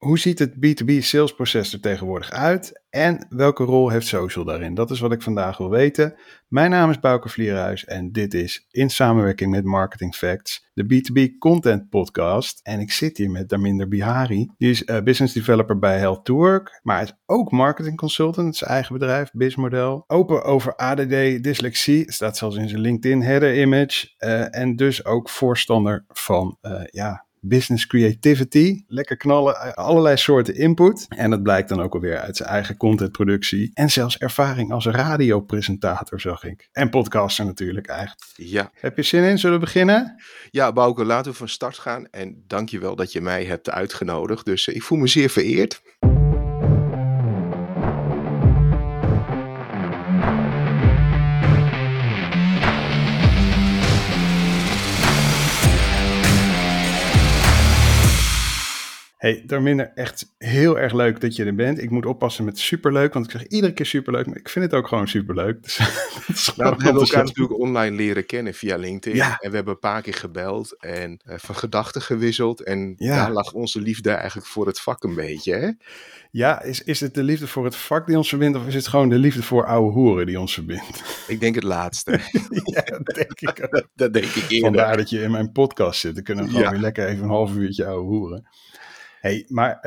Hoe ziet het B2B salesproces er tegenwoordig uit en welke rol heeft social daarin? Dat is wat ik vandaag wil weten. Mijn naam is Bouke Vlierhuis en dit is in samenwerking met Marketing Facts, de B2B Content Podcast. En ik zit hier met Dharminder Bihari. Die is business developer bij Health to Work, maar is ook marketing consultant, zijn eigen bedrijf, Bizmodel. Open over ADD, dyslexie, staat zelfs in zijn LinkedIn header image. En dus ook voorstander van, business creativity, lekker knallen, allerlei soorten input. En dat blijkt dan ook alweer uit zijn eigen contentproductie. En zelfs ervaring als radiopresentator, zag ik. En podcaster natuurlijk eigenlijk. Ja. Heb je zin in? Zullen we beginnen? Ja, Bouke, laten we van start gaan. En dankjewel dat je mij hebt uitgenodigd. Dus ik voel me zeer vereerd. Hey, Dharminder, echt heel erg leuk dat je er bent. Ik moet oppassen met superleuk, want ik zeg iedere keer superleuk, maar ik vind het ook gewoon superleuk. Dus, we hebben elkaar natuurlijk online leren kennen via LinkedIn. Ja. En we hebben een paar keer gebeld en van gedachten gewisseld. En daar lag onze liefde eigenlijk voor het vak een beetje, hè? Ja, is het de liefde voor het vak die ons verbindt, of is het gewoon de liefde voor ouwe hoeren die ons verbindt? Ik denk het laatste. Ja, dat denk ik ook. Dat denk ik eerder. Vandaar dat je in mijn podcast zit. Dan kunnen we gewoon weer lekker even een half uurtje ouwe hoeren. Hey, maar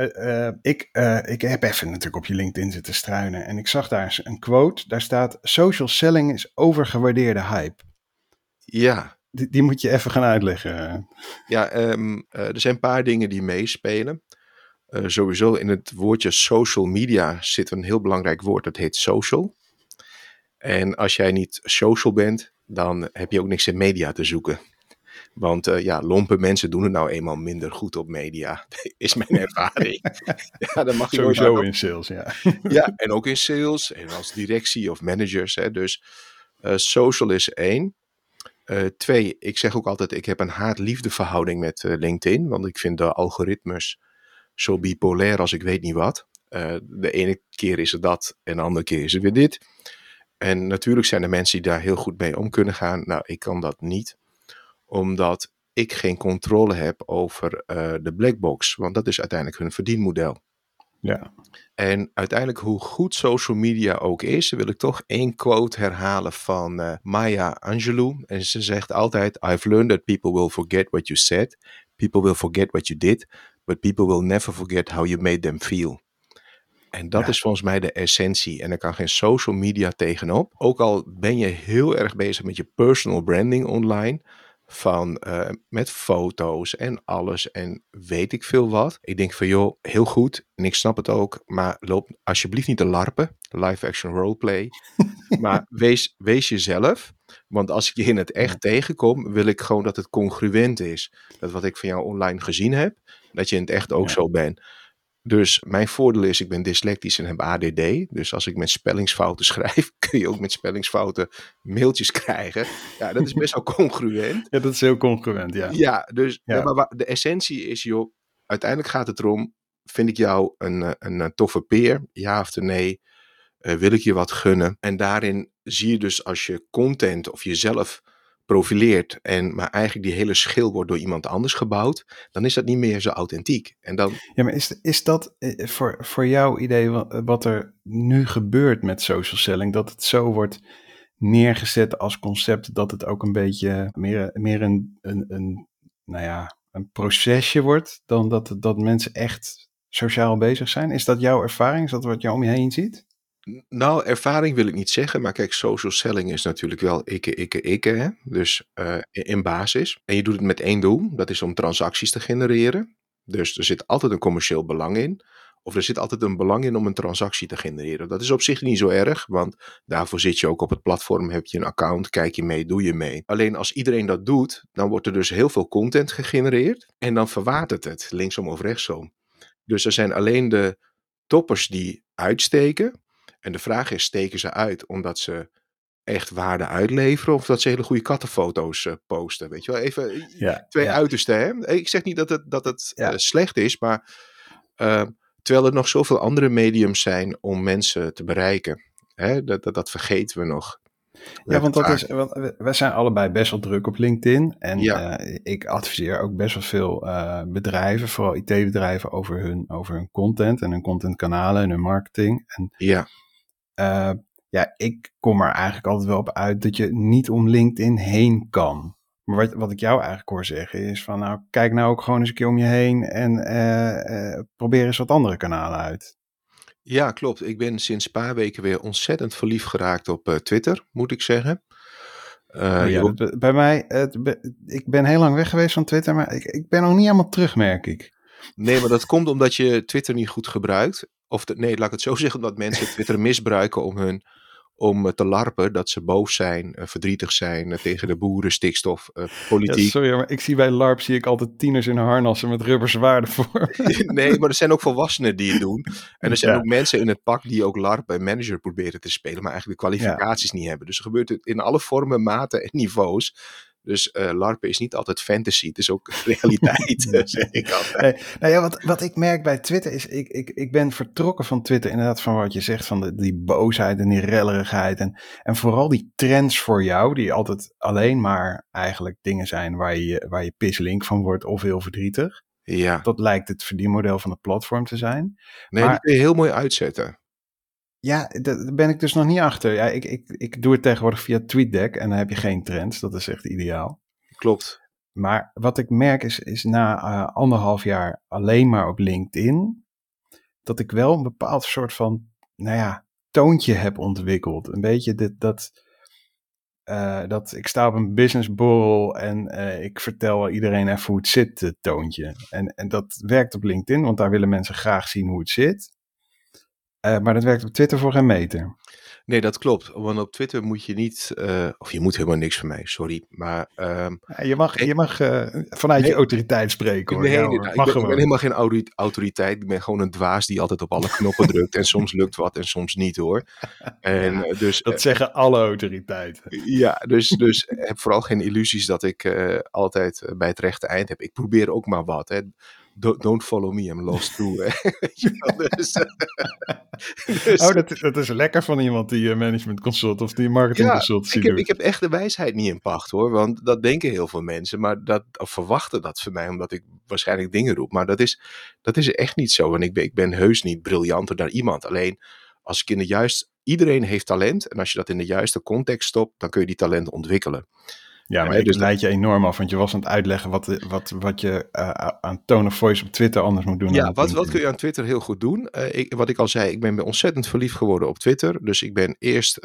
ik heb even natuurlijk op je LinkedIn zitten struinen en ik zag daar een quote. Daar staat: social selling is overgewaardeerde hype. Ja. Die moet je even gaan uitleggen. Ja, er zijn een paar dingen die meespelen. Sowieso in het woordje social media zit een heel belangrijk woord. Dat heet social. En als jij niet social bent, dan heb je ook niks in media te zoeken. Want lompe mensen doen het nou eenmaal minder goed op media. Is mijn ervaring. Ja, dat mag je sowieso in sales, ja. Ja, en ook in sales. En als directie of managers. Hè. Dus social is 1. 2, ik zeg ook altijd, ik heb een haat-liefde verhouding met LinkedIn. Want ik vind de algoritmes zo bipolair als ik weet niet wat. De ene keer is het dat en de andere keer is het weer dit. En natuurlijk zijn er mensen die daar heel goed mee om kunnen gaan. Nou, ik kan dat niet. Omdat ik geen controle heb over de blackbox. Want dat is uiteindelijk hun verdienmodel. Ja. En uiteindelijk, hoe goed social media ook is, wil ik toch 1 quote herhalen van Maya Angelou. En ze zegt altijd: I've learned that people will forget what you said. People will forget what you did. But people will never forget how you made them feel. En dat is volgens mij de essentie. En er kan geen social media tegenop. Ook al ben je heel erg bezig met je personal branding online. Met foto's en alles en weet ik veel wat. Ik denk van joh, heel goed en ik snap het ook, maar loop alsjeblieft niet te larpen, live action roleplay. Maar wees jezelf, want als ik je in het echt tegenkom, wil ik gewoon dat het congruent is. Dat wat ik van jou online gezien heb, dat je in het echt ook zo bent. Dus mijn voordeel is, ik ben dyslectisch en heb ADD. Dus als ik met spellingsfouten schrijf, kun je ook met spellingsfouten mailtjes krijgen. Ja, dat is best wel congruent. Ja, dat is heel congruent, ja. Ja, dus maar de essentie is, joh, uiteindelijk gaat het erom, vind ik jou een toffe peer? Ja of nee? Wil ik je wat gunnen? En daarin zie je dus als je content of jezelf profileert maar eigenlijk die hele schil wordt door iemand anders gebouwd, dan is dat niet meer zo authentiek. En dan... Ja, maar is dat voor jouw idee wat er nu gebeurt met social selling, dat het zo wordt neergezet als concept dat het ook een beetje meer een procesje wordt dan dat mensen echt sociaal bezig zijn? Is dat jouw ervaring? Is dat wat je om je heen ziet? Nou, ervaring wil ik niet zeggen, maar kijk, social selling is natuurlijk wel ikke, hè? Dus in basis. En je doet het met 1 doel, dat is om transacties te genereren. Dus er zit altijd een commercieel belang in. Of er zit altijd een belang in om een transactie te genereren. Dat is op zich niet zo erg, want daarvoor zit je ook op het platform, heb je een account, kijk je mee, doe je mee. Alleen als iedereen dat doet, dan wordt er dus heel veel content gegenereerd en dan verwatert het, linksom of rechtsom. Dus er zijn alleen de toppers die uitsteken. En de vraag is, steken ze uit omdat ze echt waarde uitleveren of dat ze hele goede kattenfoto's posten? Weet je wel, even twee uitersten. Hè? Ik zeg niet dat het slecht is, maar terwijl er nog zoveel andere mediums zijn om mensen te bereiken. Hè? Dat vergeten we nog. Ja, want dat vaak. is, wij zijn allebei best wel druk op LinkedIn. En Ja, ik adviseer ook best wel veel bedrijven, vooral IT-bedrijven, over hun content en hun contentkanalen en hun marketing. En ja. ja, ik kom er eigenlijk altijd wel op uit dat je niet om LinkedIn heen kan. Maar wat ik jou eigenlijk hoor zeggen is van, nou, kijk nou ook gewoon eens een keer om je heen en probeer eens wat andere kanalen uit. Ja, klopt. Ik ben sinds een paar weken weer ontzettend verliefd geraakt op Twitter, moet ik zeggen. Oh ja, bij mij, ik ben heel lang weg geweest van Twitter, maar ik ben nog niet helemaal terug, merk ik. Nee, maar dat komt omdat je Twitter niet goed gebruikt. Nee, laat ik het zo zeggen, dat mensen Twitter misbruiken om te larpen. Dat ze boos zijn, verdrietig zijn tegen de boeren, stikstof, Ja, politiek. sorry, maar ik zie bij LARP zie ik altijd tieners in harnassen met rubberzwaarden voor. Nee, maar er zijn ook volwassenen die het doen. En er zijn Ja, ook mensen in het pak die ook LARP en manager proberen te spelen, maar eigenlijk de ja. kwalificaties niet hebben. Dus er gebeurt het in alle vormen, maten en niveaus. Dus LARPen is niet altijd fantasy, het is ook realiteit, zeg ik altijd. Nee, nou ja, wat ik merk bij Twitter is, ik ben vertrokken van Twitter, inderdaad van wat je zegt, van die boosheid en die rellerigheid. En vooral die trends voor jou, die altijd alleen maar eigenlijk dingen zijn waar je pisslink van wordt of heel verdrietig. Ja, Dat lijkt het verdienmodel van het platform te zijn. nee, die Maar kun je heel mooi uitzetten. ja, daar ben ik dus nog niet achter. Ja, ik doe het tegenwoordig via TweetDeck en dan heb je geen trends. Dat is echt ideaal. Klopt. Maar wat ik merk is na 1,5 jaar alleen maar op LinkedIn, dat ik wel een bepaald soort van, nou ja, toontje heb ontwikkeld. Een beetje dat ik sta op een businessborrel en ik vertel iedereen even hoe het zit, toontje. En dat werkt op LinkedIn, want daar willen mensen graag zien hoe het zit. Maar dat werkt op Twitter voor geen meter. Nee, dat klopt. Want op Twitter moet je niet, of je moet helemaal niks van mij, sorry. Maar Ja, je mag vanuit nee, je autoriteit spreken hoor. nee, Ja, nee, hoor. nou, Mag ik ben gewoon. helemaal geen autoriteit. Ik ben gewoon een dwaas die altijd op alle knoppen drukt. En soms lukt wat en soms niet hoor. En Ja, dus dat zeggen alle autoriteiten. ja, dus heb vooral geen illusies dat ik altijd bij het rechte eind heb. Ik probeer ook maar wat. Hè. Don't follow me, I'm lost too. Hè. Weet je wel, dus, Oh, dat is lekker van iemand die management consult of die marketing ja, consultancy ik doet. heb echt de wijsheid niet in pacht hoor. Want dat denken heel veel mensen. Maar of verwachten dat van mij, omdat ik waarschijnlijk dingen roep. Maar dat is echt niet zo. En ik ben heus niet briljanter dan iemand. Alleen als ik iedereen heeft talent. En als je dat in de juiste context stopt, dan kun je die talent ontwikkelen. Ja, maar ik Dus leid je enorm af, want je was aan het uitleggen wat je aan tone of voice op Twitter anders moet doen dan ja, op wat LinkedIn. kun je aan Twitter heel goed doen? Wat ik al zei, ik ben ontzettend verliefd geworden op Twitter. Dus ik ben eerst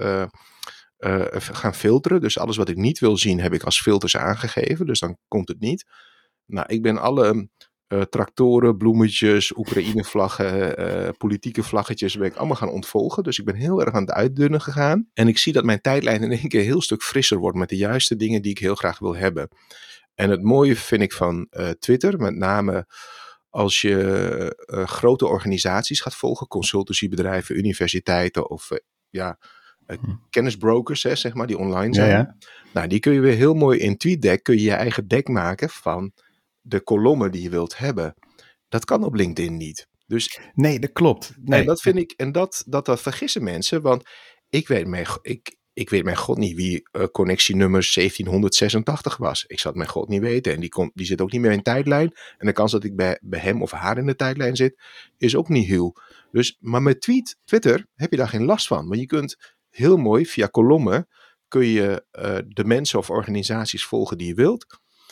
gaan filteren. Dus alles wat ik niet wil zien, heb ik als filters aangegeven. Dus dan komt het niet. Nou, ik ben alle tractoren, bloemetjes, Oekraïne-vlaggen, politieke vlaggetjes, ben ik allemaal gaan ontvolgen. Dus ik ben heel erg aan het uitdunnen gegaan. En ik zie dat mijn tijdlijn in één keer een heel stuk frisser wordt met de juiste dingen die ik heel graag wil hebben. En het mooie vind ik van Twitter, met name als je grote organisaties gaat volgen, consultancybedrijven, universiteiten of kennisbrokers, hè, zeg maar, die online zijn. Ja. Nou, die kun je weer heel mooi in TweetDeck, kun je je eigen deck maken van de kolommen die je wilt hebben. Dat kan op LinkedIn niet. Dus, Nee, dat klopt. Nee. en dat vind ik, en dat vergissen mensen, want ik weet mijn god niet wie connectienummer 1786 was. Ik zou het mijn god niet weten. En die zit ook niet meer in tijdlijn. En de kans dat ik bij hem of haar in de tijdlijn zit, is ook niet heel. Dus, maar met Twitter heb je daar geen last van. Want je kunt heel mooi via kolommen kun je de mensen of organisaties volgen die je wilt.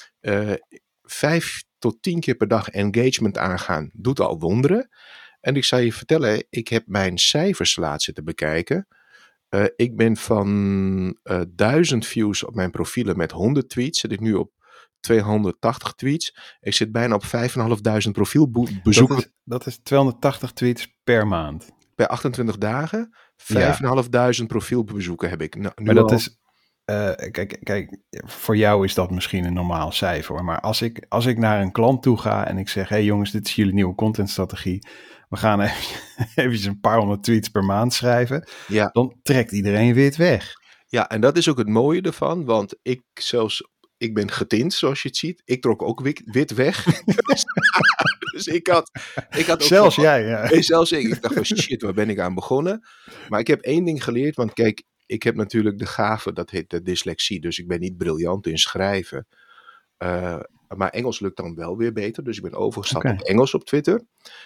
5 tot 10 keer per dag engagement aangaan doet al wonderen. En ik zal je vertellen, ik heb mijn cijfers laatst zitten bekijken. Ik ben van 1000 views op mijn profielen met 100 tweets, zit ik nu op 280 tweets. Ik zit bijna op 5.500 profielbezoekers. Dat is 280 tweets per maand. Per 28 dagen. 5.500 profielbezoeken heb ik. Nou, maar dat is... Kijk, voor jou is dat misschien een normaal cijfer hoor. Maar als ik naar een klant toe ga en ik zeg, hey jongens, dit is jullie nieuwe contentstrategie. We gaan even een paar honderd tweets per maand schrijven. Ja. Dan trekt iedereen wit weg. Ja, en dat is ook het mooie ervan. Want ik ben getint, zoals je het ziet. Ik trok ook wit weg. Dus ik had ook zelfs jij, ja. Zelfs ik. Ik dacht van shit, waar ben ik aan begonnen? Maar ik heb één ding geleerd. Want kijk, ik heb natuurlijk de gave, dat heet de dyslexie. Dus ik ben niet briljant in schrijven. Maar Engels lukt dan wel weer beter. Dus ik ben overgestapt op Engels op Twitter.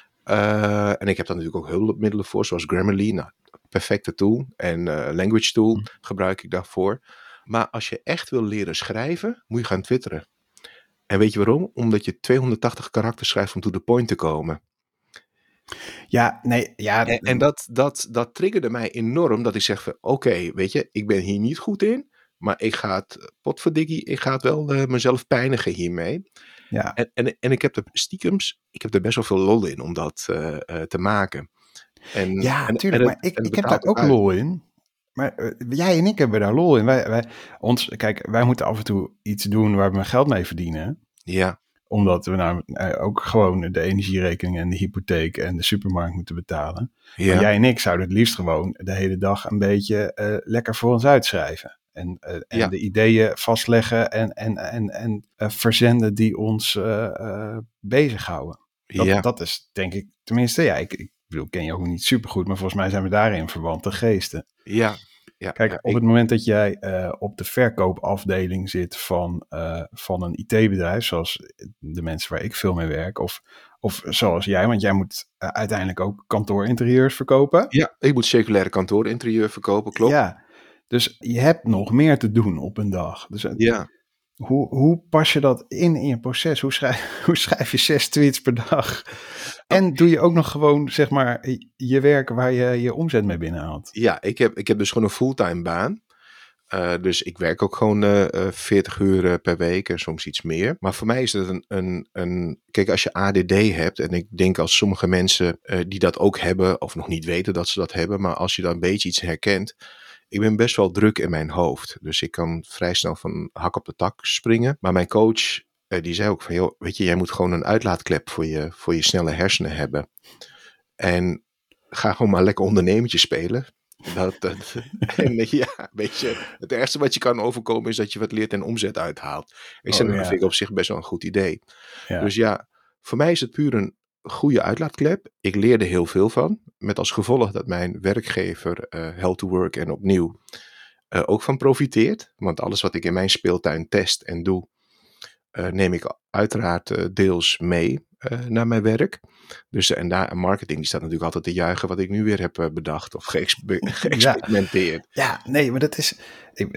En ik heb daar natuurlijk ook hulpmiddelen voor, zoals Grammarly. Nou, perfecte tool. En Language Tool gebruik ik daarvoor. Maar als je echt wil leren schrijven, moet je gaan twitteren. En weet je waarom? Omdat je 280 karakters schrijft om to the point te komen. Ja, nee, ja. En dat triggerde mij enorm, dat ik zeg van, oké, weet je, ik ben hier niet goed in, maar ik ga ik ga het wel mezelf pijnigen hiermee. Ja. En ik heb er best wel veel lol in om dat te maken. Ja, natuurlijk, maar ik heb daar ook lol in. Maar jij en ik hebben daar lol in. Wij moeten af en toe iets doen waar we geld mee verdienen. Ja. Omdat we nou ook gewoon de energierekening en de hypotheek en de supermarkt moeten betalen. Ja. Maar jij en ik zouden het liefst gewoon de hele dag een beetje lekker voor ons uitschrijven. En de ideeën vastleggen en verzenden die ons bezighouden. Dat is denk ik, tenminste, ik bedoel, ik ken je ook niet supergoed, maar volgens mij zijn we daarin verwante geesten. Ja. Kijk, op het moment dat jij op de verkoopafdeling zit van een IT-bedrijf, zoals de mensen waar ik veel mee werk, of zoals jij, want jij moet uiteindelijk ook kantoorinterieurs verkopen. Ja, ik moet circulaire kantoorinterieur verkopen, klopt. Ja, dus je hebt nog meer te doen op een dag. Dus hoe pas je dat in je proces? Hoe schrijf je 6 tweets per dag? En doe je ook nog gewoon, zeg maar, je werk waar je je omzet mee binnenhaalt? Ja, ik heb dus gewoon een fulltime baan. Dus ik werk ook gewoon 40 uur per week en soms iets meer. Maar voor mij is het kijk, als je ADD hebt, en ik denk als sommige mensen die dat ook hebben, of nog niet weten dat ze dat hebben, maar als je dan een beetje iets herkent, ik ben best wel druk in mijn hoofd. Dus ik kan vrij snel van hak op de tak springen. Maar mijn coach, die zei ook van, joh, weet je, jij moet gewoon een uitlaatklep voor je snelle hersenen hebben. En ga gewoon maar lekker ondernemertje spelen. En ja, weet je, het ergste wat je kan overkomen is dat je wat leert en omzet uithaalt. Ik zeg, dat vind ik op zich best wel een goed idee. Ja. Dus ja, voor mij is het puur een goede uitlaatklep. Ik leerde heel veel van. Met als gevolg dat mijn werkgever Hell to Work en opnieuw ook van profiteert. Want alles wat ik in mijn speeltuin test en doe, neem ik uiteraard deels mee naar mijn werk. Dus en marketing die staat natuurlijk altijd te juichen wat ik nu weer heb bedacht of geëxperimenteerd. Ja, nee, maar dat is...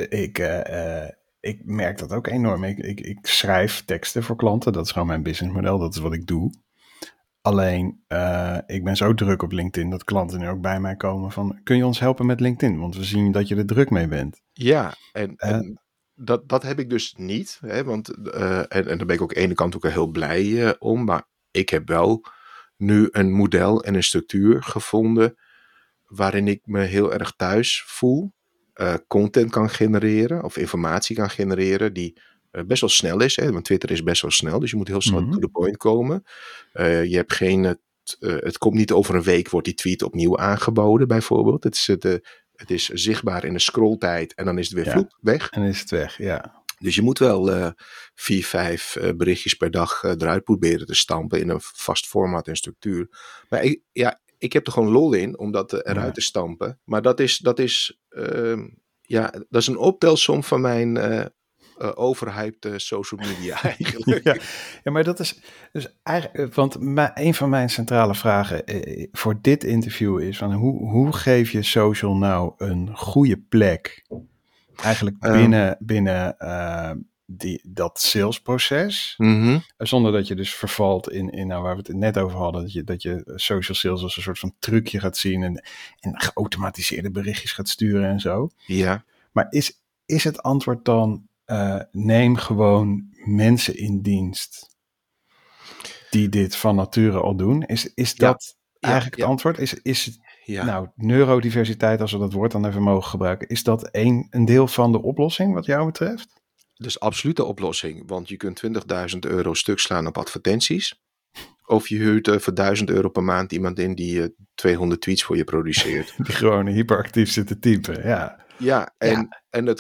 Ik merk dat ook enorm. Ik schrijf teksten voor klanten. Dat is gewoon mijn businessmodel. Dat is wat ik doe. Alleen, ik ben zo druk op LinkedIn dat klanten nu ook bij mij komen van, kun je ons helpen met LinkedIn? Want we zien dat je er druk mee bent. Ja, en dat heb ik dus niet. Hè, want, en daar ben ik ook aan de ene kant ook heel blij om. Maar ik heb wel nu een model en een structuur gevonden waarin ik me heel erg thuis voel. Content kan genereren of informatie kan genereren die best wel snel is. Hè, want Twitter is best wel snel, dus je moet heel snel to the point komen. Je hebt geen... het komt niet over een week, wordt die tweet opnieuw aangeboden bijvoorbeeld. Het is zichtbaar in de scrolltijd en dan is het weer weg. En dan is het weg, ja. Dus je moet wel 4, 5 berichtjes per dag eruit proberen te stampen in een vast format en structuur. Maar ik heb er gewoon lol in om dat eruit te stampen. Maar dat is een optelsom van mijn overhyped social media eigenlijk. Ja, maar dat is dus eigenlijk, want een van mijn centrale vragen voor dit interview is van hoe geef je social nou een goede plek eigenlijk binnen dat salesproces, zonder dat je dus vervalt in nou, waar we het net over hadden, dat je social sales als een soort van trucje gaat zien en geautomatiseerde berichtjes gaat sturen en zo. Ja. Maar is het antwoord dan neem gewoon mensen in dienst die dit van nature al doen? Is dat eigenlijk het antwoord? Is het nou neurodiversiteit, als we dat woord dan even mogen gebruiken, is dat een deel van de oplossing wat jou betreft? Dus absoluut de oplossing, want je kunt €20.000 stuk slaan op advertenties. Of je huurt voor €1.000 per maand iemand in die 200 tweets voor je produceert. Die gewoon hyperactief zit te typen, ja. Ja, en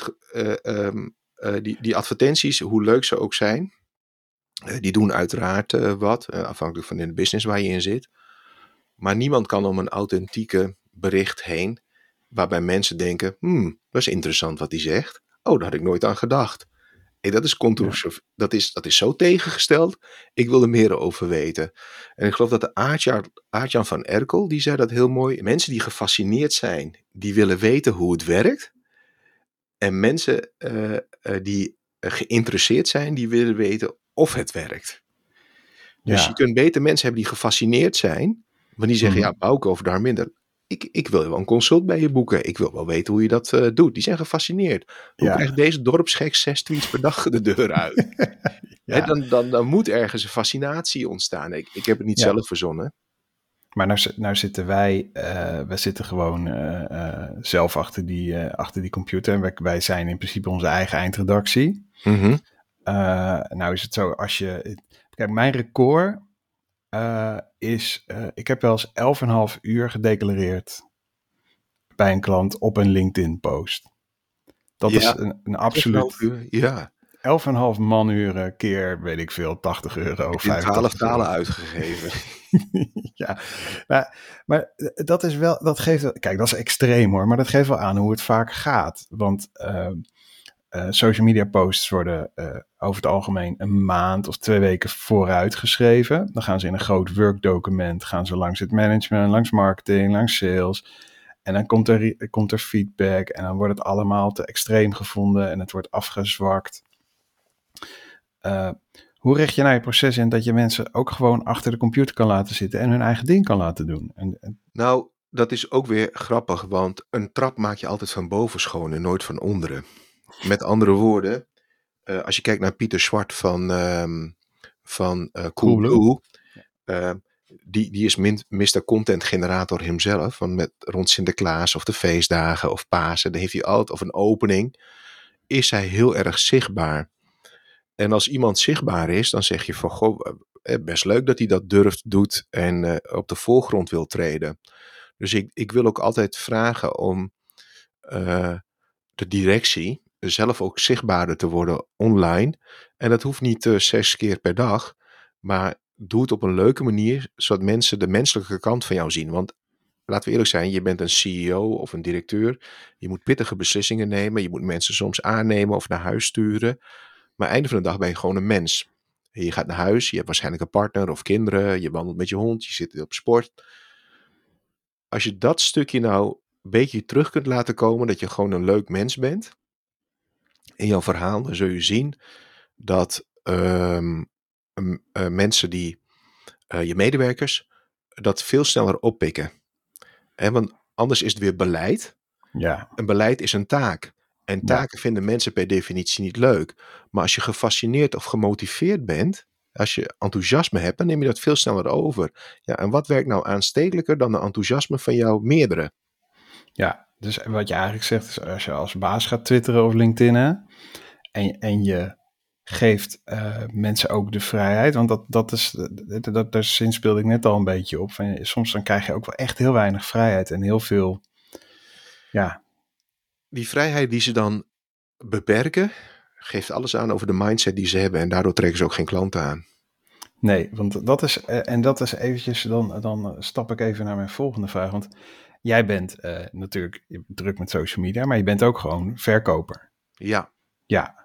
die advertenties, hoe leuk ze ook zijn, die doen uiteraard wat, afhankelijk van de business waar je in zit. Maar niemand kan om een authentieke bericht heen waarbij mensen denken, dat is interessant wat hij zegt. Oh, daar had ik nooit aan gedacht. Hey, dat is controversieel. Dat is zo tegengesteld. Ik wil er meer over weten. En ik geloof dat de Aartjan van Erkel, die zei dat heel mooi. Mensen die gefascineerd zijn, die willen weten hoe het werkt. En mensen die geïnteresseerd zijn, die willen weten of het werkt. Dus je kunt beter mensen hebben die gefascineerd zijn, maar die zeggen, ja, Bouke over daar minder. Ik wil wel een consult bij je boeken. Ik wil wel weten hoe je dat doet. Die zijn gefascineerd. Hoe krijgt deze dorpsgek 6 tweets per dag de deur uit? Dan moet ergens een fascinatie ontstaan. Ik heb het niet zelf verzonnen. Maar nou zitten wij zitten gewoon zelf achter die computer. En wij zijn in principe onze eigen eindredactie. Mm-hmm. Nou is het zo, kijk, mijn record is, ik heb wel eens 11,5 uur gedeclareerd bij een klant op een LinkedIn post. Dat is een absoluut... 11,5 uur, ja. 11,5 manuren keer, weet ik veel, €80. Heb je 12 talen uitgegeven. Ja, maar dat is wel, dat geeft, kijk, dat is extreem hoor, maar dat geeft wel aan hoe het vaak gaat. Want social media posts worden over het algemeen een maand of 2 weken vooruit geschreven. Dan gaan ze in een groot Word-document, gaan ze langs het management, langs marketing, langs sales. En dan komt er feedback en dan wordt het allemaal te extreem gevonden en het wordt afgezwakt. Hoe richt je nou je proces in dat je mensen ook gewoon achter de computer kan laten zitten en hun eigen ding kan laten doen? Nou, dat is ook weer grappig, want een trap maak je altijd van boven schoon en nooit van onderen. Met andere woorden, als je kijkt naar Pieter Zwart van Coolblue, die is Mr. Content Generator hemzelf, want rond Sinterklaas of de feestdagen of Pasen, dan heeft hij altijd, of een opening, is hij heel erg zichtbaar. En als iemand zichtbaar is, dan zeg je van, goh, best leuk dat hij dat durft, doet en op de voorgrond wil treden. Dus ik wil ook altijd vragen om de directie zelf ook zichtbaarder te worden online. En dat hoeft niet 6 keer per dag, maar doe het op een leuke manier, zodat mensen de menselijke kant van jou zien. Want laten we eerlijk zijn, je bent een CEO of een directeur. Je moet pittige beslissingen nemen. Je moet mensen soms aannemen of naar huis sturen. Maar einde van de dag ben je gewoon een mens. Je gaat naar huis, je hebt waarschijnlijk een partner of kinderen. Je wandelt met je hond, je zit op sport. Als je dat stukje nou een beetje terug kunt laten komen, dat je gewoon een leuk mens bent in jouw verhaal, dan zul je zien dat mensen die, je medewerkers, dat veel sneller oppikken. Want anders is het weer beleid. Ja. Een beleid is een taak. En taken vinden mensen per definitie niet leuk. Maar als je gefascineerd of gemotiveerd bent, als je enthousiasme hebt, dan neem je dat veel sneller over. Ja, en wat werkt nou aanstekelijker dan de enthousiasme van jouw meerdere? Ja, dus wat je eigenlijk zegt is, als je als baas gaat twitteren of LinkedIn en je geeft mensen ook de vrijheid, want daar speelde ik net al een beetje op. Soms dan krijg je ook wel echt heel weinig vrijheid en heel veel, ja. Die vrijheid die ze dan beperken, geeft alles aan over de mindset die ze hebben en daardoor trekken ze ook geen klanten aan. Nee, want dat is eventjes, dan stap ik even naar mijn volgende vraag, want jij bent natuurlijk druk met social media, maar je bent ook gewoon verkoper. Ja. Ja.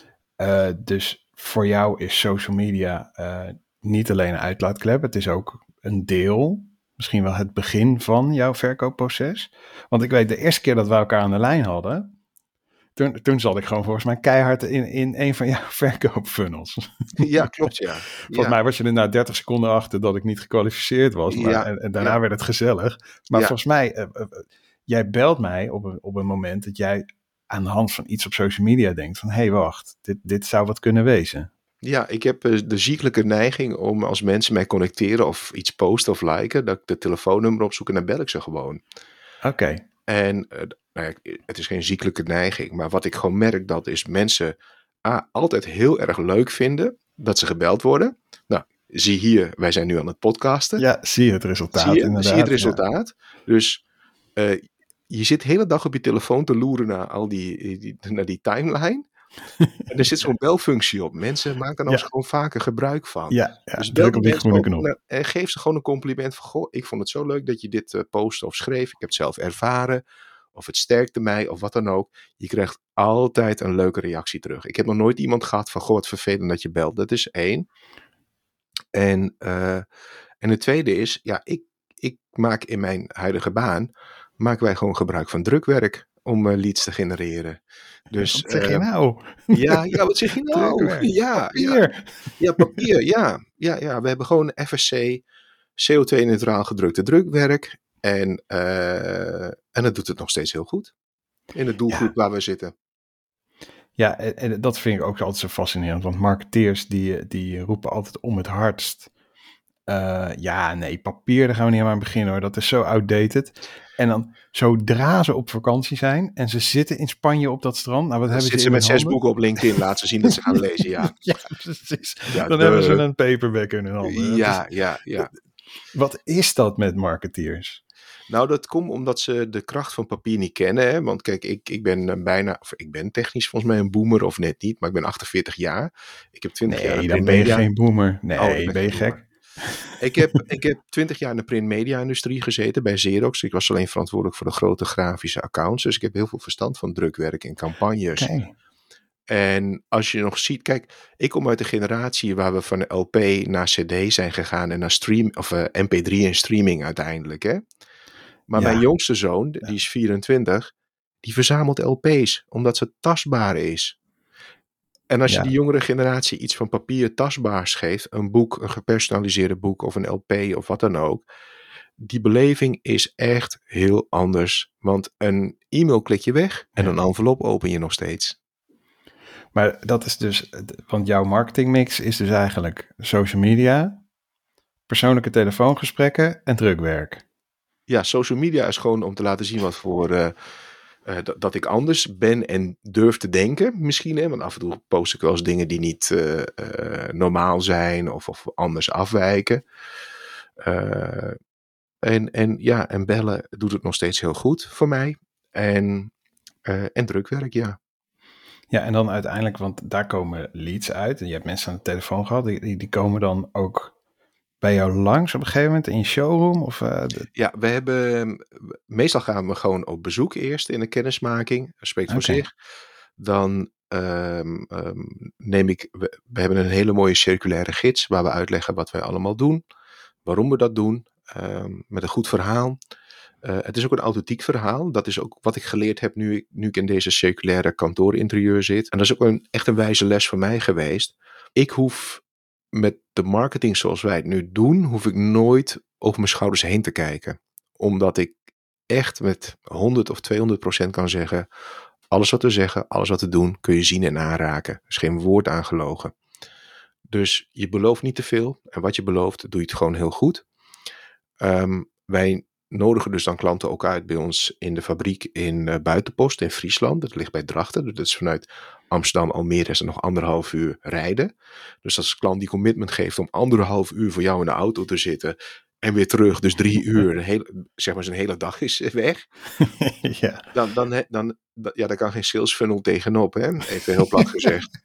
Dus voor jou is social media niet alleen een uitlaatklep, het is ook een deel, misschien wel het begin van jouw verkoopproces. Want ik weet, de eerste keer dat we elkaar aan de lijn hadden, toen zat ik gewoon volgens mij keihard in een van jouw verkoopfunnels. Ja, klopt, ja. Volgens mij was je er na 30 seconden achter dat ik niet gekwalificeerd was. Maar, en daarna werd het gezellig. Maar volgens mij, jij belt mij op een moment dat jij aan de hand van iets op social media denkt van, hé, wacht, dit zou wat kunnen wezen. Ja, ik heb de ziekelijke neiging om als mensen mij connecteren of iets posten of liken, dat ik de telefoonnummer opzoek en dan bel ik ze gewoon. Oké. En het is geen ziekelijke neiging, maar wat ik gewoon merk, dat is mensen altijd heel erg leuk vinden dat ze gebeld worden. Nou, zie hier, wij zijn nu aan het podcasten. Ja, zie je het resultaat inderdaad. Zie je het resultaat. Ja. Dus je zit de hele dag op je telefoon te loeren naar naar die timeline. En er zit zo'n belfunctie op. Mensen maken er gewoon vaker gebruik van. Ja, dus druk op die groene knop. En geef ze gewoon een compliment van, goh, ik vond het zo leuk dat je dit postte of schreef. Ik heb het zelf ervaren. of het sterkte mij of wat dan ook. Je krijgt altijd een leuke reactie terug. Ik heb nog nooit iemand gehad van, goh, wat vervelend dat je belt. Dat is 1. En het tweede is, ja, ik maak in mijn huidige baan, maken wij gewoon gebruik van drukwerk om leads te genereren. Dus, Wat zeg je nou? Ja, wat zeg je nou? Drukwerk, Ja, papier. ja, papier, ja. We hebben gewoon FSC, CO2-neutraal gedrukte drukwerk. En dat doet het nog steeds heel goed. In de doelgroep waar we zitten. Ja, en dat vind ik ook altijd zo fascinerend. Want marketeers die roepen altijd om het hardst. Nee, papier, daar gaan we niet aan beginnen hoor. Dat is zo outdated. En dan zodra ze op vakantie zijn en ze zitten in Spanje op dat strand. Nou, wat Dan hebben zitten ze ze in met hun 6 handen? boeken op LinkedIn. Laat ze zien dat ze gaan lezen, ja. Ja, precies. Ja, Dan hebben ze een paperback in hun handen. Ja. Wat is dat met marketeers? Nou, dat komt omdat ze de kracht van papier niet kennen. Hè? Want kijk, ik ben technisch volgens mij een boomer of net niet, maar ik ben 48 jaar. Ik heb 20 jaar Nee, in dan ben je geen boomer. dan Nee, ben je gek? Ik heb 20 jaar in de print media industrie gezeten bij Xerox. Ik was alleen verantwoordelijk voor de grote grafische accounts. Dus ik heb heel veel verstand van drukwerk en campagnes. Oké. En als je nog ziet, kijk, ik kom uit de generatie waar we van LP naar CD zijn gegaan en naar MP3 en streaming uiteindelijk. Hè? Maar Ja. mijn jongste zoon, die is 24, die verzamelt LP's, omdat ze tastbaar is. En als je die jongere generatie iets van papier tastbaars geeft, een boek, een gepersonaliseerde boek of een LP of wat dan ook, die beleving is echt heel anders. Want een e-mail klik je weg en een envelop open je nog steeds. Maar dat is dus, want jouw marketingmix is dus eigenlijk social media, persoonlijke telefoongesprekken en drukwerk. Ja, social media is gewoon om te laten zien wat voor dat ik anders ben en durf te denken misschien. Hè? Want af en toe post ik wel eens dingen die niet normaal zijn of anders afwijken. En bellen doet het nog steeds heel goed voor mij. En drukwerk, ja. Ja, en dan uiteindelijk, want daar komen leads uit. En je hebt mensen aan de telefoon gehad. Die komen dan ook bij jou langs op een gegeven moment in je showroom? Ja, meestal gaan we gewoon op bezoek eerst in een kennismaking. Dat spreekt voor zich. Dan we hebben een hele mooie circulaire gids waar we uitleggen wat wij allemaal doen. Waarom we dat doen. Met een goed verhaal. Het is ook een authentiek verhaal. Dat is ook wat ik geleerd heb nu ik in deze circulaire kantoorinterieur zit. En dat is ook echt een wijze les voor mij geweest. Ik hoef met de marketing zoals wij het nu doen, hoef ik nooit over mijn schouders heen te kijken. Omdat ik echt met 100 of 200% kan zeggen, alles wat we zeggen, alles wat we doen, kun je zien en aanraken. Er is geen woord aangelogen. Dus je belooft niet te veel. En wat je belooft, doe je het gewoon heel goed. Wij nodigen dus dan klanten ook uit bij ons in de fabriek in Buitenpost in Friesland. Dat ligt bij Drachten. Dat is vanuit Amsterdam, Almere is er nog 1,5 uur rijden. Dus als de klant die commitment geeft om 1,5 uur voor jou in de auto te zitten en weer terug, dus 3 uur, zijn hele dag is weg. Ja. Daar kan geen sales funnel tegenop, hè? Even heel plat gezegd.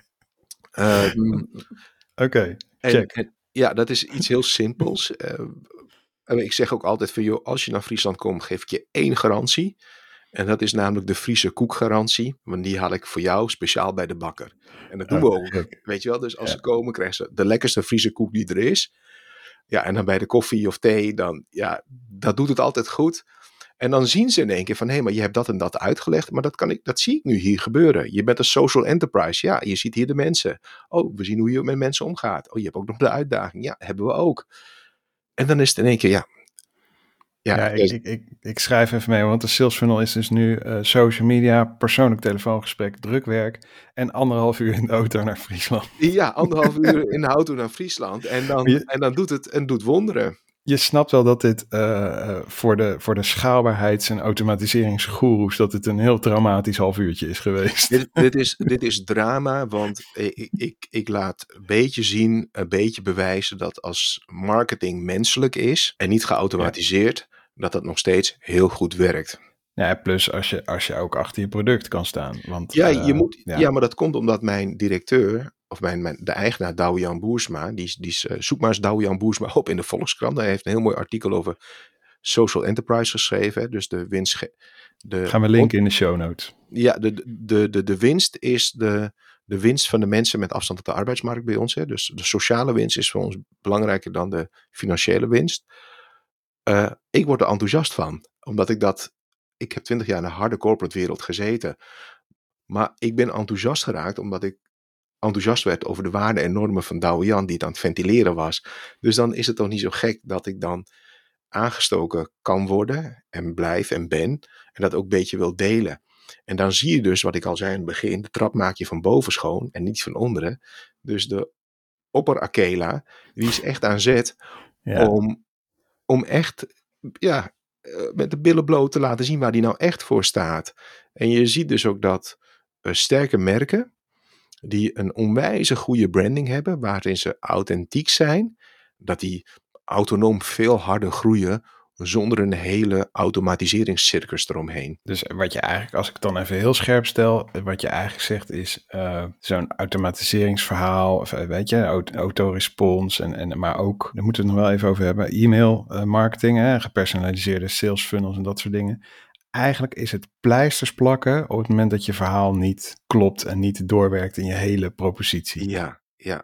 Oké, check. Ja, dat is iets heel simpels. Ik zeg ook altijd van, joh, als je naar Friesland komt, geef ik je 1 garantie. En dat is namelijk de Friese koekgarantie. Want die haal ik voor jou speciaal bij de bakker. En dat doen we ook. Weet je wel, dus als ze komen, krijgen ze de lekkerste Friese koek die er is. Ja, en dan bij de koffie of thee, dat doet het altijd goed. En dan zien ze in één keer van, hé, maar je hebt dat en dat uitgelegd. Maar dat zie ik nu hier gebeuren. Je bent een social enterprise. Ja, je ziet hier de mensen. Oh, we zien hoe je met mensen omgaat. Oh, je hebt ook nog de uitdaging. Ja, hebben we ook. En dan is het in één keer, ik schrijf even mee, want de sales funnel is dus nu social media, persoonlijk telefoongesprek, drukwerk en 1,5 uur in de auto naar Friesland. Ja, 1,5 uur in de auto naar Friesland en dan doet het wonderen. Je snapt wel dat dit voor de schaalbaarheids- en automatiseringsgoeroes, dat het een heel traumatisch half uurtje is geweest. Dit is drama, want ik laat een beetje zien, een beetje bewijzen dat als marketing menselijk is en niet geautomatiseerd, dat nog steeds heel goed werkt. Ja, plus als je ook achter je product kan staan. Want, maar dat komt omdat mijn directeur, of de eigenaar Douwe-Jan Boersma, zoek maar eens Douwe-Jan Boersma op in de Volkskrant. Hij heeft een heel mooi artikel over social enterprise geschreven. Hè? Dus de winst... Gaan we linken in de show notes. Ja, de winst is de winst van de mensen met afstand op de arbeidsmarkt bij ons. Hè? Dus de sociale winst is voor ons belangrijker dan de financiële winst. Ik word er enthousiast van, omdat ik heb 20 jaar in de harde corporate wereld gezeten. Maar ik ben enthousiast geraakt omdat ik enthousiast werd over de waarden en normen van Douwe Jan die het aan het ventileren was. Dus dan is het toch niet zo gek dat ik dan aangestoken kan worden en blijf en ben en dat ook een beetje wil delen. En dan zie je dus, wat ik al zei in het begin, de trap maak je van boven schoon en niet van onderen. Dus de opperakela, die is echt aan zet om echt met de billen bloot te laten zien waar die nou echt voor staat. En je ziet dus ook dat sterke merken die een onwijze goede branding hebben, waarin ze authentiek zijn, dat die autonoom veel harder groeien zonder een hele automatiseringscircus eromheen. Dus wat je eigenlijk, als ik het dan even heel scherp stel, wat je eigenlijk zegt is zo'n automatiseringsverhaal, of, weet je, autorespons, maar ook, daar moeten we het nog wel even over hebben, e-mail marketing, gepersonaliseerde sales funnels en dat soort dingen. Eigenlijk is het pleisters plakken op het moment dat je verhaal niet klopt en niet doorwerkt in je hele propositie. Ja.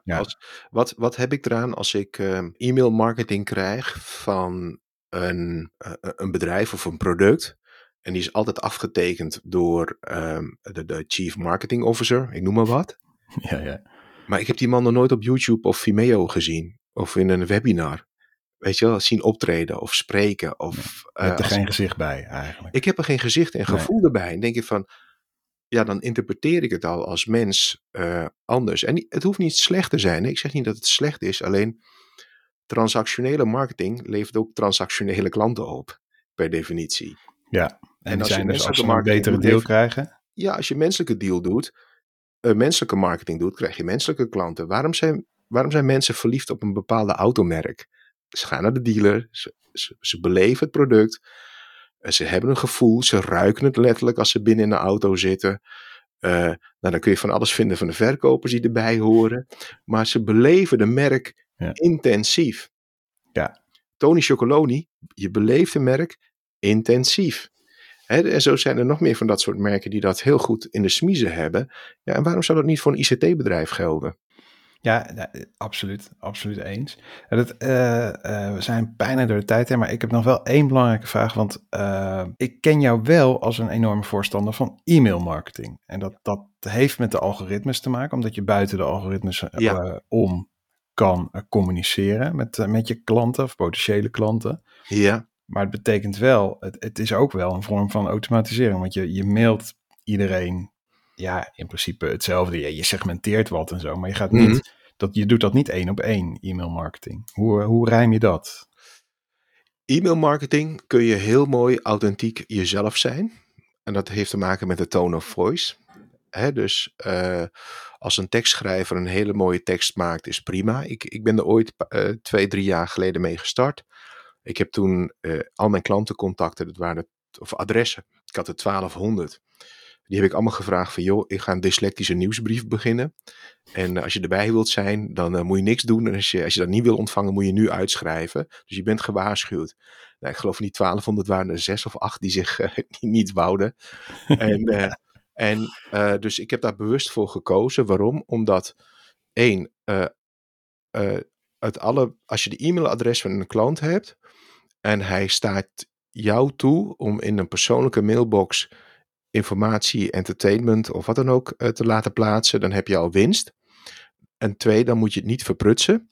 Wat heb ik eraan als ik e-mail marketing krijg van een bedrijf of een product? En die is altijd afgetekend door de Chief Marketing Officer, ik noem maar wat. Ja. Maar ik heb die man nog nooit op YouTube of Vimeo gezien. Of in een webinar. Weet je wel, zien optreden of spreken. Of, je hebt er geen gezicht bij eigenlijk. Ik heb er geen gezicht en gevoel erbij. En denk je van, ja, dan interpreteer ik het al als mens anders. En het hoeft niet slecht te zijn. Hè? Ik zeg niet dat het slecht is. Alleen transactionele marketing levert ook transactionele klanten op. Per definitie. Ja, en die zijn dus als ze een betere deal krijgen. Ja, als je menselijke deal doet, menselijke marketing doet, krijg je menselijke klanten. Waarom zijn mensen verliefd op een bepaalde automerk? Ze gaan naar de dealer, ze beleven het product, ze hebben een gevoel, ze ruiken het letterlijk als ze binnen in de auto zitten. Dan kun je van alles vinden van de verkopers die erbij horen. Maar ze beleven de merk intensief. Ja. Tony Chocoloni, je beleeft de merk intensief. En zo zijn er nog meer van dat soort merken die dat heel goed in de smiezen hebben. Ja, en waarom zou dat niet voor een ICT-bedrijf gelden? Ja, absoluut eens. We zijn bijna door de tijd heen, maar ik heb nog wel één belangrijke vraag. Want ik ken jou wel als een enorme voorstander van e-mailmarketing. En dat heeft met de algoritmes te maken, omdat je buiten de algoritmes om kan communiceren met je klanten of potentiële klanten. Ja. Maar het betekent wel, het is ook wel een vorm van automatisering. Want je mailt iedereen, ja, in principe hetzelfde. Je segmenteert wat en zo, maar je gaat niet, je doet dat niet 1 op 1, e-mail marketing. Hoe rijm je dat? E-mail marketing kun je heel mooi authentiek jezelf zijn. En dat heeft te maken met de tone of voice. Dus als een tekstschrijver een hele mooie tekst maakt, is prima. Ik ben er ooit 2-3 jaar geleden mee gestart. Ik heb toen al mijn klantencontacten, dat waren of adressen, ik had er 1200. Die heb ik allemaal gevraagd van, joh, ik ga een dyslectische nieuwsbrief beginnen. En als je erbij wilt zijn, dan moet je niks doen. En als je dat niet wil ontvangen, moet je nu uitschrijven. Dus je bent gewaarschuwd. Nou, ik geloof van die 1200 waren er 6 of 8 die zich niet wouden. Dus ik heb daar bewust voor gekozen. Waarom? Omdat, als je de e-mailadres van een klant hebt en hij staat jou toe om in een persoonlijke mailbox informatie, entertainment of wat dan ook te laten plaatsen, dan heb je al winst. En 2, dan moet je het niet verprutsen.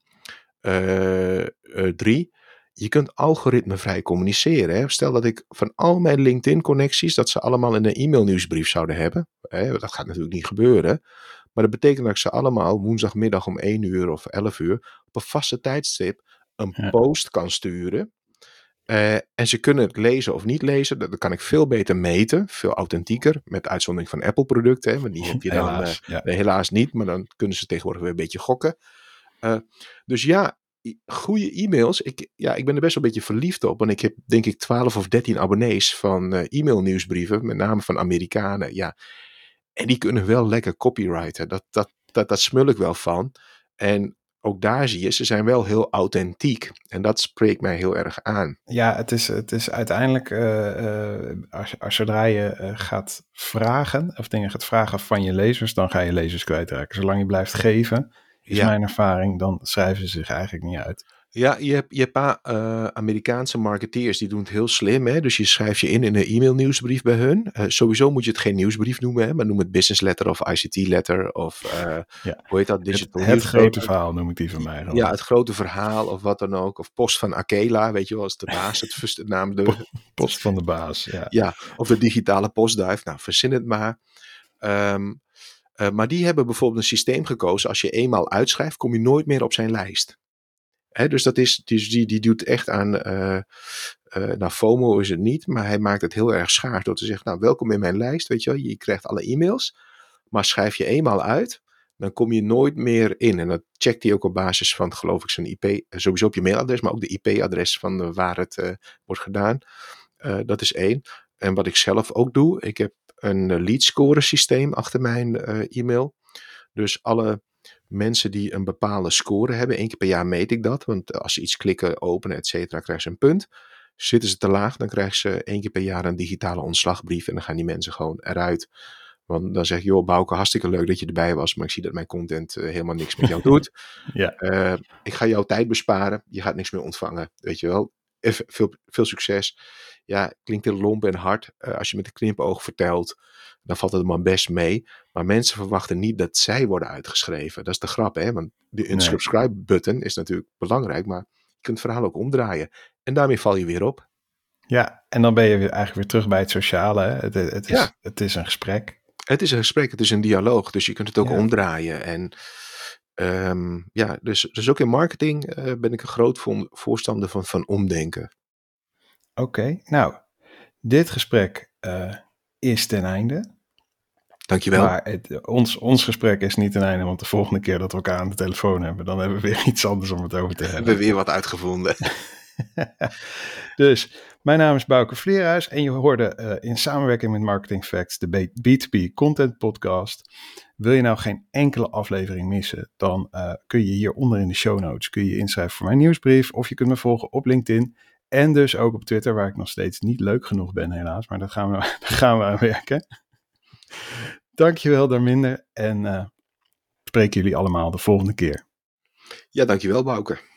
3, je kunt algoritmevrij communiceren. Hè? Stel dat ik van al mijn LinkedIn-connecties, dat ze allemaal in een e-mailnieuwsbrief zouden hebben. Dat gaat natuurlijk niet gebeuren. Maar dat betekent dat ik ze allemaal woensdagmiddag om 1 uur of 11 uur op een vaste tijdstip een post kan sturen. En ze kunnen het lezen of niet lezen. Dat kan ik veel beter meten. Veel authentieker. Met uitzondering van Apple producten. Want die heb je dan helaas niet. Maar dan kunnen ze tegenwoordig weer een beetje gokken. Dus ja, goede e-mails. Ik ben er best wel een beetje verliefd op. Want ik heb denk ik 12 of 13 abonnees van e-mail nieuwsbrieven. Met name van Amerikanen. Ja. En die kunnen wel lekker copyrighten. Dat smul ik wel van. En ook daar zie je, ze zijn wel heel authentiek. En dat spreekt mij heel erg aan. Ja, het is uiteindelijk, zodra je gaat vragen, of dingen gaat vragen van je lezers, dan ga je lezers kwijtraken. Zolang je blijft geven, is Ja. mijn ervaring, dan schrijven ze zich eigenlijk niet uit. Ja, je hebt een paar Amerikaanse marketeers die doen het heel slim. Hè? Dus je schrijft je in een e-mail nieuwsbrief bij hun. Sowieso moet je het geen nieuwsbrief noemen, hè? Maar noem het business letter of ICT letter of hoe heet dat? Digital Het newspaper. grote verhaal noem ik die van mij gewoon. Ja, het grote verhaal of wat dan ook. Of post van Akela, weet je wel, als de baas het naam de Post van de baas, ja. Ja, of de digitale postduif. Nou, verzin het maar. Maar die hebben bijvoorbeeld een systeem gekozen. Als je eenmaal uitschrijft, kom je nooit meer op zijn lijst. Hè, dus dat is, die doet echt aan, nou FOMO is het niet, maar hij maakt het heel erg schaars door te zeggen, nou welkom in mijn lijst, weet je wel, je krijgt alle e-mails, maar schrijf je eenmaal uit, dan kom je nooit meer in. En dat checkt hij ook op basis van, geloof ik, zijn IP, sowieso op je mailadres, maar ook de IP-adres van waar het wordt gedaan. Dat is 1. En wat ik zelf ook doe, ik heb een lead score systeem achter mijn e-mail. Dus alle mensen die een bepaalde score hebben, 1 keer per jaar meet ik dat. Want als ze iets klikken, openen, et cetera, krijgen ze een punt. Zitten ze te laag, dan krijgen ze 1 keer per jaar een digitale ontslagbrief. En dan gaan die mensen gewoon eruit. Want dan zeg je, joh Bouke, hartstikke leuk dat je erbij was. Maar ik zie dat mijn content helemaal niks met jou doet. Ja. Ik ga jouw tijd besparen. Je gaat niks meer ontvangen, weet je wel. Veel succes. Ja, klinkt heel lomp en hard. Als je met een knipoog vertelt, dan valt het maar best mee. Maar mensen verwachten niet dat zij worden uitgeschreven. Dat is de grap, hè? Want de unsubscribe button is natuurlijk belangrijk, maar je kunt het verhaal ook omdraaien. En daarmee val je weer op. Ja, en dan ben je eigenlijk weer terug bij het sociale. Hè? Het is een gesprek. Het is een gesprek, het is een dialoog. Dus je kunt het ook omdraaien. En dus ook in marketing ben ik een groot voorstander van omdenken. Oké, nou, dit gesprek is ten einde. Dankjewel. Maar ons gesprek is niet ten einde, want de volgende keer dat we elkaar aan de telefoon hebben, dan hebben we weer iets anders om het over te hebben. We hebben weer wat uitgevonden. Dus, mijn naam is Bouke Vleerhuis en je hoorde in samenwerking met Marketing Facts de B2B Content Podcast. Wil je nou geen enkele aflevering missen, dan kun je hieronder in de show notes kun je inschrijven voor mijn nieuwsbrief of je kunt me volgen op LinkedIn en dus ook op Twitter, waar ik nog steeds niet leuk genoeg ben helaas, maar daar gaan we aan werken. Dankjewel Darminder en spreken jullie allemaal de volgende keer. Ja, dankjewel Bouke.